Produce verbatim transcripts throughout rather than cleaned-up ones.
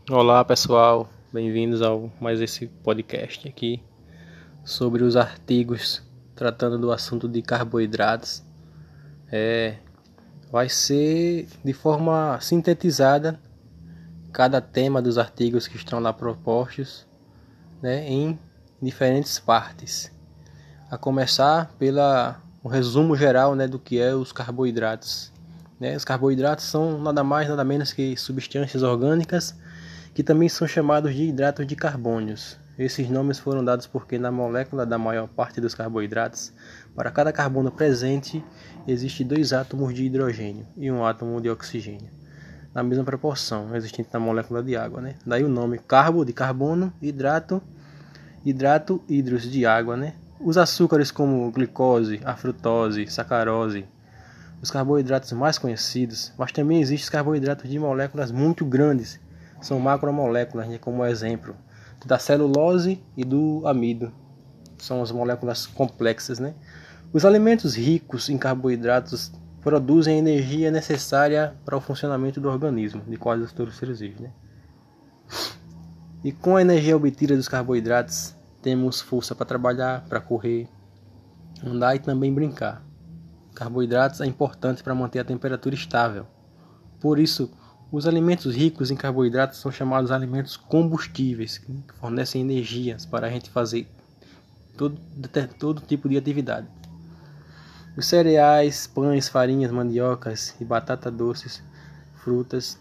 Olá pessoal, bem-vindos ao mais esse podcast aqui sobre os artigos tratando do assunto de carboidratos. É, vai ser de forma sintetizada cada tema dos artigos que estão lá propostos, né, em diferentes partes. A começar pela um resumo geral, né, do que é os carboidratos. Né? Os carboidratos são nada mais nada menos que substâncias orgânicas que também são chamados de hidratos de carbônios. Esses nomes foram dados porque na molécula da maior parte dos carboidratos, para cada carbono presente, existe dois átomos de hidrogênio e um átomo de oxigênio, na mesma proporção existente na molécula de água. Né? Daí o nome carbo de carbono, hidrato, hidrato, hidros de água. Né? Os açúcares como glicose, a frutose, sacarose, os carboidratos mais conhecidos, mas também existem carboidratos de moléculas muito grandes, são macromoléculas, né, como exemplo da celulose e do amido. São as moléculas complexas. Né? Os alimentos ricos em carboidratos produzem a energia necessária para o funcionamento do organismo, de quase todos os seres vivos. Né? E com a energia obtida dos carboidratos, temos força para trabalhar, para correr, andar e também brincar. Carboidratos é importante para manter a temperatura estável. Por isso, os alimentos ricos em carboidratos são chamados alimentos combustíveis, que fornecem energias para a gente fazer todo, todo tipo de atividade. Os cereais, pães, farinhas, mandiocas e batata doces, frutas.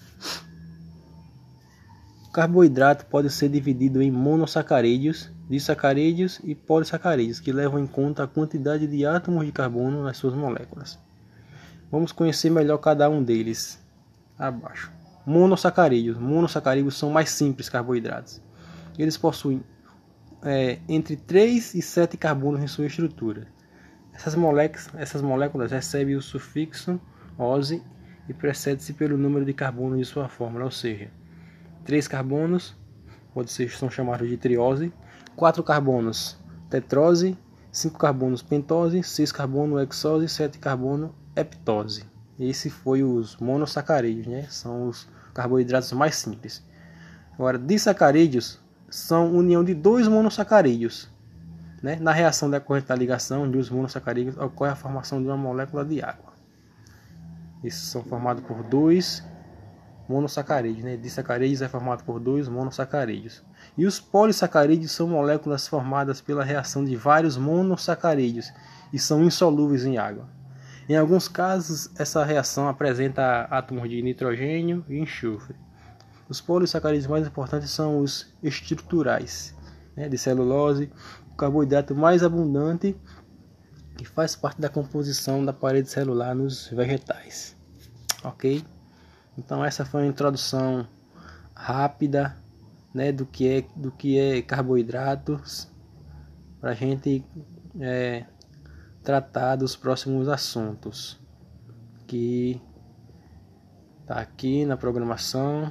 O carboidrato pode ser dividido em monossacarídeos, disacarídeos e polissacarídeos, que levam em conta a quantidade de átomos de carbono nas suas moléculas. Vamos conhecer melhor cada um deles abaixo. Monossacarídeos. Monossacarídeos são mais simples carboidratos. Eles possuem é, entre três e sete carbonos em sua estrutura. Essas moléculas, essas moléculas recebem o sufixo -ose e precede-se pelo número de carbonos de sua fórmula, ou seja, três carbonos pode ser, são chamados de triose, quatro carbonos tetrose, cinco carbonos pentose, seis carbonos hexose e sete carbonos heptose. Esse foi os monossacarídeos, né? São os carboidratos mais simples. Agora, disacarídeos são união de dois monossacarídeos. Né? Na reação decorrente da ligação de os monossacarídeos ocorre a formação de uma molécula de água. Esses são formados por dois monossacarídeos. Né? Disacarídeos é formado por dois monossacarídeos. E os polissacarídeos são moléculas formadas pela reação de vários monossacarídeos e são insolúveis em água. Em alguns casos, essa reação apresenta átomos de nitrogênio e enxofre. Os polissacarídeos mais importantes são os estruturais, né, de celulose, o carboidrato mais abundante que faz parte da composição da parede celular nos vegetais. Ok? Então essa foi uma introdução rápida, né, do que é, do que é carboidratos, para a gente é, tratar dos próximos assuntos que está aqui na programação,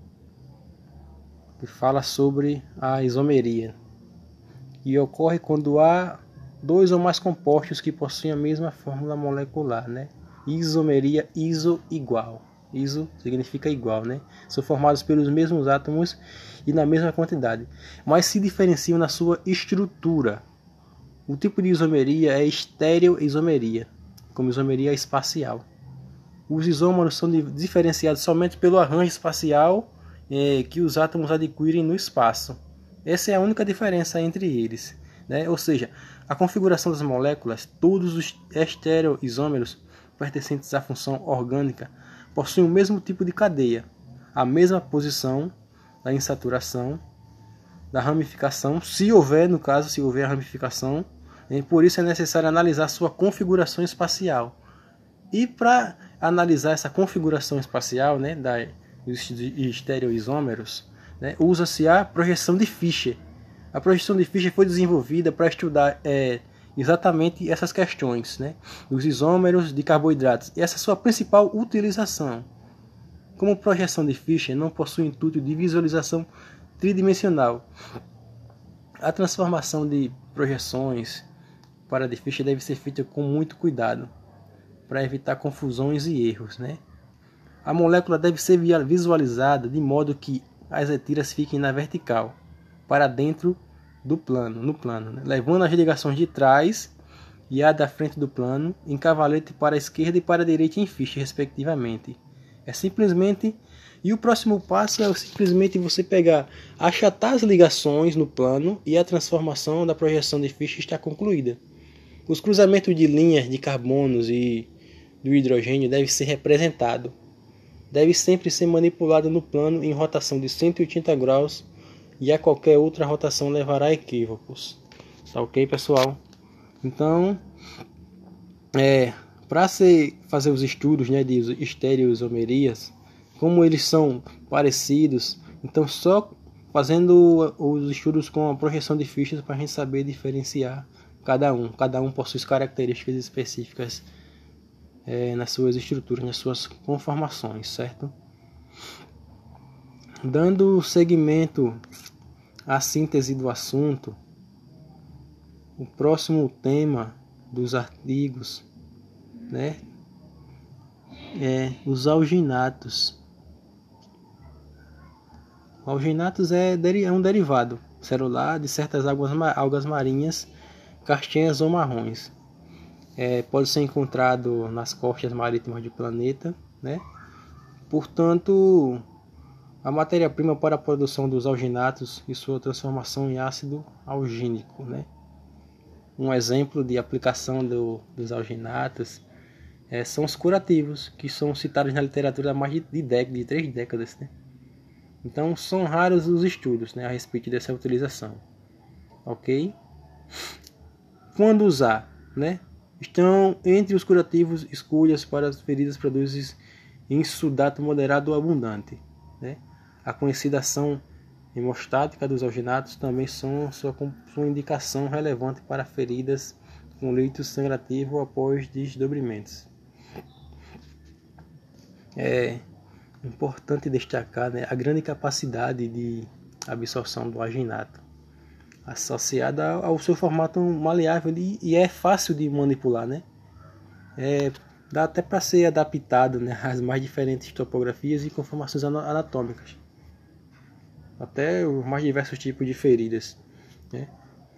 que fala sobre a isomeria, e ocorre quando há dois ou mais compostos que possuem a mesma fórmula molecular, né? Isomeria, iso igual. Iso significa igual, né? São formados pelos mesmos átomos e na mesma quantidade, mas se diferenciam na sua estrutura. O tipo de isomeria é estereoisomeria, como isomeria espacial. Os isômeros são diferenciados somente pelo arranjo espacial eh, que os átomos adquirem no espaço. Essa é a única diferença entre eles. Né? Ou seja, a configuração das moléculas, todos os estereoisômeros pertencentes à função orgânica, possuem o mesmo tipo de cadeia, a mesma posição da insaturação, da ramificação, se houver, no caso, se houver a ramificação. E por isso é necessário analisar sua configuração espacial. E para analisar essa configuração espacial, né, da, dos estereoisômeros, né, usa-se a projeção de Fischer. A projeção de Fischer foi desenvolvida para estudar é, exatamente essas questões, né, dos isômeros de carboidratos. E essa é a sua principal utilização. Como projeção de Fischer não possui intuito de visualização tridimensional, a transformação de projeções para de Fischer deve ser feita com muito cuidado, para evitar confusões e erros. Né? A molécula deve ser visualizada de modo que as retiras fiquem na vertical, para dentro do plano, no plano, né? Levando as ligações de trás e a da frente do plano em cavalete para a esquerda e para a direita em ficha, respectivamente. É simplesmente... E o próximo passo é simplesmente você pegar, achatar as ligações no plano e a transformação da projeção de ficha está concluída. Os cruzamentos de linhas de carbonos e do hidrogênio devem ser representados. Deve sempre ser manipulado no plano em rotação de cento e oitenta graus e a qualquer outra rotação levará a equívocos. Tá ok, pessoal? Então, é, para fazer os estudos, né, de estereoisomerias, como eles são parecidos, então só fazendo os estudos com a projeção de fichas para a gente saber diferenciar cada um. Cada um possui características específicas é, nas suas estruturas, nas suas conformações, certo? Dando seguimento à síntese do assunto, o próximo tema dos artigos, né, é os alginatos. O alginatos é, é um derivado celular de certas águas, algas marinhas, castanhas ou marrons. É, pode ser encontrado nas costas marítimas do planeta, né? Portanto, a matéria-prima para a produção dos alginatos e sua transformação em ácido algínico, né? Um exemplo de aplicação do, dos alginatos é, são os curativos, que são citados na literatura há mais de, de, décadas, de três décadas, né? Então, são raros os estudos, né, a respeito dessa utilização. Ok? Quando usar, né? Estão entre os curativos escolhas para as feridas produzidas em sudato moderado ou abundante, né? A conhecida ação hemostática dos alginatos também são sua, sua indicação relevante para feridas com leito sangrativo após desdobramentos. É importante destacar, né, a grande capacidade de absorção do alginato, associada ao seu formato maleável e, e é fácil de manipular, né? É, dá até para ser adaptado, né, às mais diferentes topografias e conformações anatômicas, até os mais diversos tipos de feridas, né?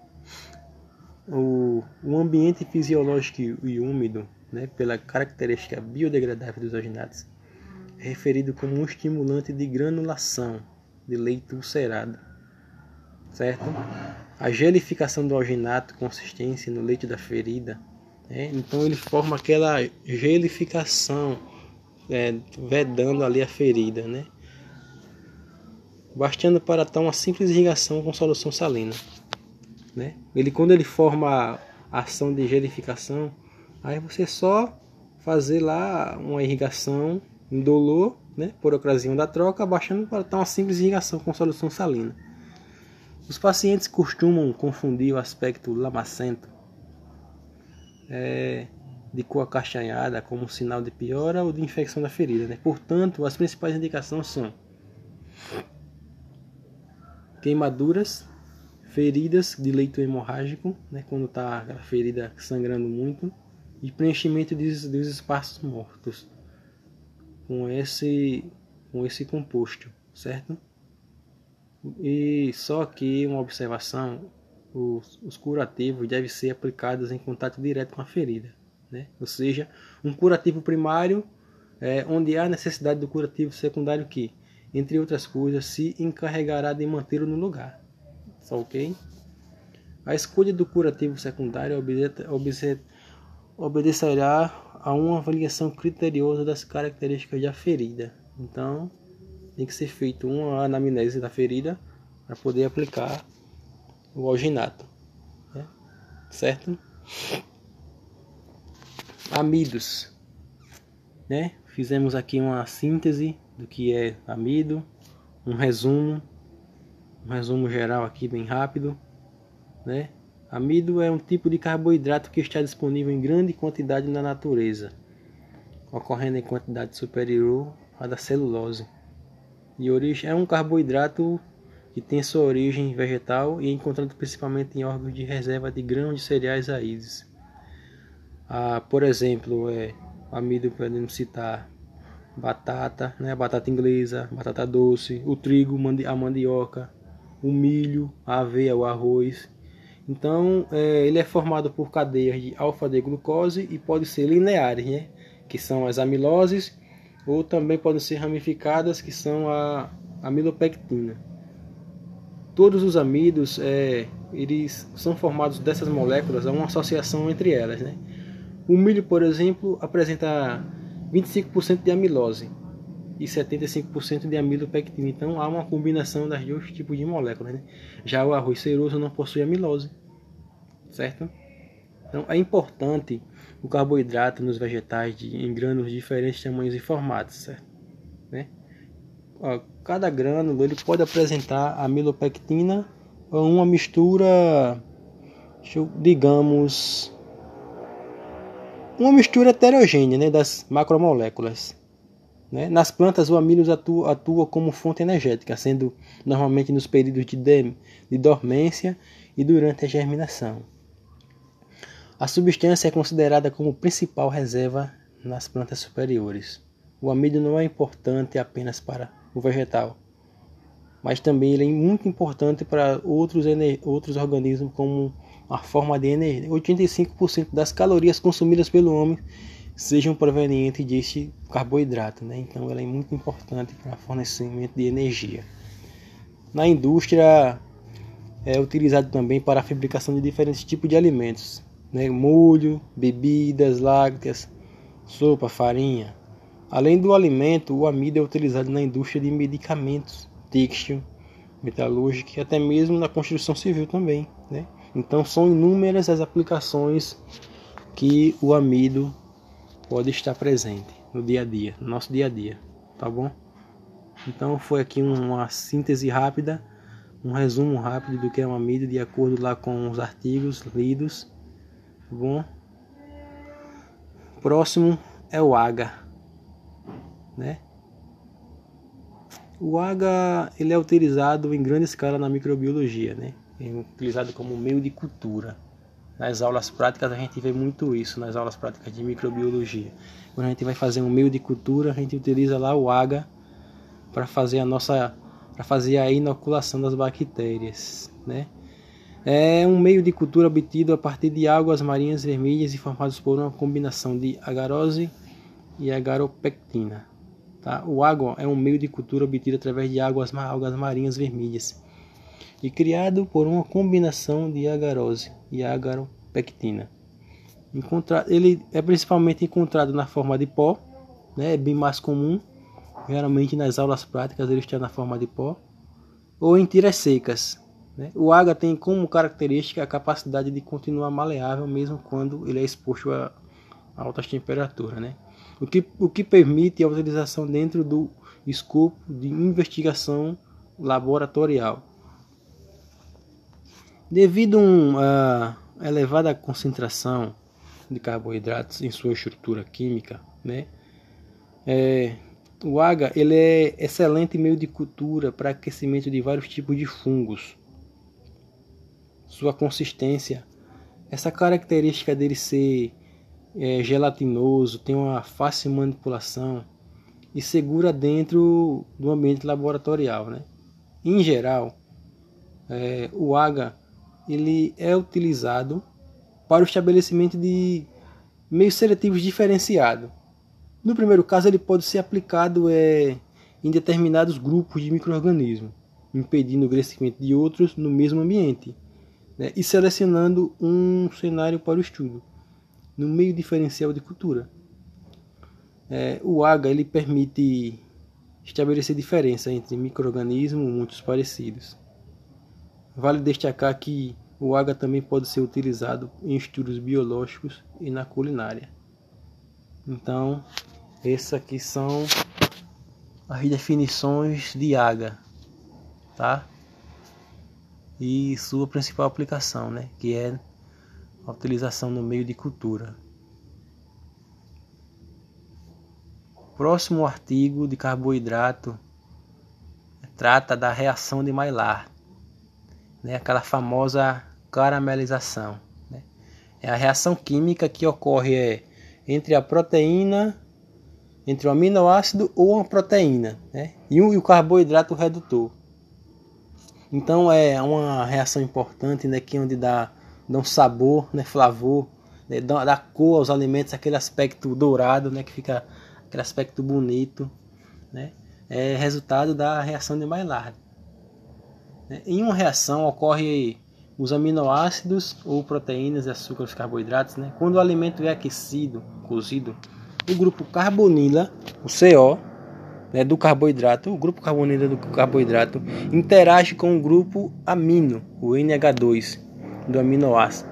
O, o ambiente fisiológico e úmido, né, pela característica biodegradável dos alginatos, é referido como um estimulante de granulação de leito ulcerado, certo? A gelificação do alginato consistência no leito da ferida, né? Então ele forma aquela gelificação, é, vedando ali a ferida, né? Bastando para tal uma simples irrigação com solução salina, né? Ele, quando ele forma a ação de gelificação, aí você só fazer lá uma irrigação indolor, né, por ocasião da troca, abaixando para dar uma simples irrigação com solução salina. Os pacientes costumam confundir o aspecto lamacento é, de cor acastanhada como um sinal de piora ou de infecção da ferida, né? Portanto, as principais indicações são queimaduras, feridas de leito hemorrágico, né, quando está a ferida sangrando muito, e preenchimento dos, dos espaços mortos com esse, com esse composto, certo? E só que uma observação, os, os curativos devem ser aplicados em contato direto com a ferida, né? Ou seja, um curativo primário é onde há necessidade do curativo secundário que, entre outras coisas, se encarregará de mantê-lo no lugar. Só ok? A escolha do curativo secundário obedecerá a uma avaliação criteriosa das características da ferida. Então, tem que ser feita uma anamnese da ferida para poder aplicar o alginato, né? Certo? Amidos, né? Fizemos aqui uma síntese do que é amido, um resumo, um resumo geral aqui bem rápido, né? Amido é um tipo de carboidrato que está disponível em grande quantidade na natureza, ocorrendo em quantidade superior à da celulose. De origem, é um carboidrato que tem sua origem vegetal e é encontrado principalmente em órgãos de reserva de grãos de cereais raízes. Ah, por exemplo, é, amido podemos citar batata, né, a batata inglesa, batata doce, o trigo, a mandioca, o milho, a aveia, o arroz. Então, é, ele é formado por cadeias de alfa-D-glucose e pode ser lineares, né, que são as amiloses, ou também podem ser ramificadas, que são a amilopectina. Todos os amidos, é, eles são formados dessas moléculas, há uma associação entre elas, né? O milho, por exemplo, apresenta vinte e cinco por cento de amilose e setenta e cinco por cento de amilopectina. Então há uma combinação das dois tipos de moléculas, né? Já o arroz ceroso não possui amilose, certo? Então é importante o carboidrato nos vegetais de, em grânulos de diferentes tamanhos e formatos, certo? Né? Ó, cada grânulo ele pode apresentar amilopectina ou uma mistura, digamos, uma mistura heterogênea, né, das macromoléculas. Né? Nas plantas, o amilo atua, atua como fonte energética, sendo normalmente nos períodos de, de, de dormência e durante a germinação. A substância é considerada como principal reserva nas plantas superiores. O amido não é importante apenas para o vegetal, mas também ele é muito importante para outros, outros organismos como a forma de energia. oitenta e cinco por cento das calorias consumidas pelo homem sejam provenientes deste carboidrato, né? Então ela é muito importante para o fornecimento de energia. Na indústria é utilizado também para a fabricação de diferentes tipos de alimentos, né? Molho, bebidas lácteas, sopa, farinha. Além do alimento, o amido é utilizado na indústria de medicamentos, têxtil, metalúrgica e até mesmo na construção civil também, né? Então são inúmeras as aplicações que o amido pode estar presente no dia a dia, no nosso dia a dia, tá bom? Então foi aqui uma síntese rápida, um resumo rápido do que é o amido de acordo lá com os artigos lidos, tá bom? Próximo é o agar, né? O agar ele é utilizado em grande escala na microbiologia, né? É utilizado como meio de cultura. Nas aulas práticas a gente vê muito isso, nas aulas práticas de microbiologia. Quando a gente vai fazer um meio de cultura, a gente utiliza lá o agar para fazer a nossa, para fazer a inoculação das bactérias, né? É um meio de cultura obtido a partir de águas marinhas vermelhas e formados por uma combinação de agarose e agaropectina. Tá? O agar é um meio de cultura obtido através de águas, algas marinhas vermelhas e criado por uma combinação de agarose e agaropectina. Encontra... Ele é principalmente encontrado na forma de pó, né? É bem mais comum. Geralmente nas aulas práticas ele está na forma de pó ou em tiras secas. Né? O agar tem como característica a capacidade de continuar maleável mesmo quando ele é exposto a altas temperaturas, né? O que, o que permite a utilização dentro do escopo de investigação laboratorial. Devido a uma elevada concentração de carboidratos em sua estrutura química, né, é, o agar ele é excelente meio de cultura para aquecimento de vários tipos de fungos. Sua consistência, essa característica dele ser é, gelatinoso, tem uma fácil manipulação e segura dentro do ambiente laboratorial, né? Em geral, é, o agar ele é utilizado para o estabelecimento de meios seletivos diferenciados. No primeiro caso, ele pode ser aplicado é, em determinados grupos de micro-organismos, impedindo o crescimento de outros no mesmo ambiente, né, e selecionando um cenário para o estudo, no meio diferencial de cultura. É, o agar ele permite estabelecer diferença entre micro-organismos muito parecidos. Vale destacar que o agar também pode ser utilizado em estudos biológicos e na culinária. Então, essas aqui são as definições de agar, tá? E sua principal aplicação, né? Que é a utilização no meio de cultura. Próximo artigo de carboidrato trata da reação de Maillard, né? Aquela famosa caramelização, né? É a reação química que ocorre é, entre a proteína entre o aminoácido ou uma proteína, né? E o carboidrato redutor. Então é uma reação importante, né, que é onde dá, dá um sabor, né, flavor, né, dá, dá cor aos alimentos, aquele aspecto dourado, né, que fica aquele aspecto bonito, né? É resultado da reação de Maillard. Em uma reação ocorre os aminoácidos ou proteínas, açúcares, carboidratos, né? Quando o alimento é aquecido, cozido, o grupo carbonila, o C O, né, do carboidrato, o grupo carbonila do carboidrato interage com o grupo amino, o N H dois, do aminoácido.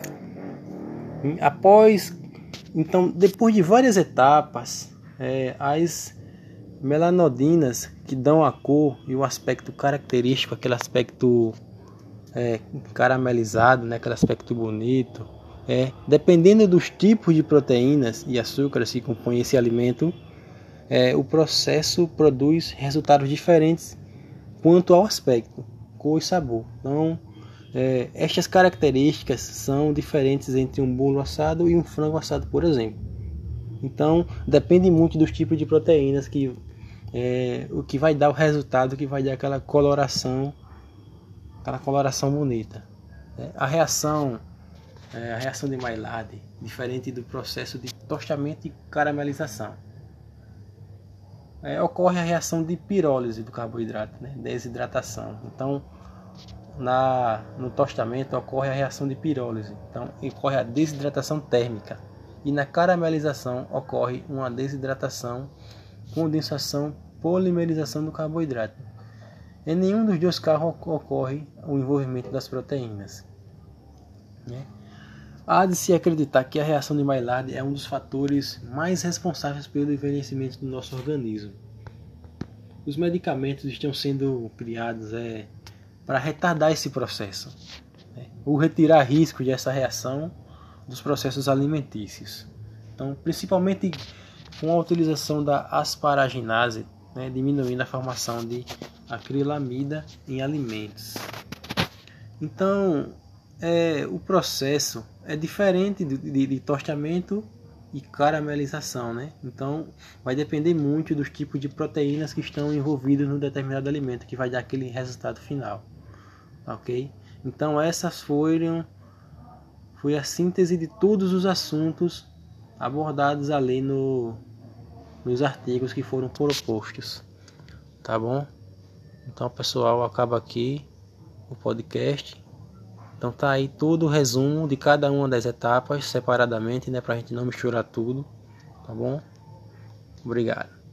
Após, então, depois de várias etapas, é, as melanodinas que dão a cor e o aspecto característico, aquele aspecto é, caramelizado, né, aquele aspecto bonito, é, dependendo dos tipos de proteínas e açúcares que compõem esse alimento, é, o processo produz resultados diferentes quanto ao aspecto, cor e sabor. Então, é, estas características são diferentes entre um bolo assado e um frango assado, por exemplo. Então, depende muito dos tipos de proteínas que é, o que vai dar o resultado, que vai dar aquela coloração, aquela coloração bonita. É, a reação, é, a reação de Maillard, diferente do processo de tostamento e caramelização. É, ocorre a reação de pirólise do carboidrato, né? Desidratação. Então, na, no tostamento ocorre a reação de pirólise. Então, ocorre a desidratação térmica. E na caramelização ocorre uma desidratação, condensação, polimerização do carboidrato. Em nenhum dos dois casos ocorre o envolvimento das proteínas. Né? Há de se acreditar que a reação de Maillard é um dos fatores mais responsáveis pelo envelhecimento do nosso organismo. Os medicamentos estão sendo criados é, para retardar esse processo, né? Ou retirar riscos dessa reação dos processos alimentícios. Então, principalmente com a utilização da asparaginase, né, diminuindo a formação de acrilamida em alimentos. Então, é, o processo é diferente de, de, de tostamento e caramelização, né? Então, vai depender muito dos tipos de proteínas que estão envolvidos no determinado alimento, que vai dar aquele resultado final, ok? Então, essas foram foi a síntese de todos os assuntos abordados ali no, nos artigos que foram propostos, tá bom? Então, pessoal, acaba aqui o podcast. Então tá aí todo o resumo de cada uma das etapas separadamente, né, pra gente não misturar tudo, tá bom? Obrigado.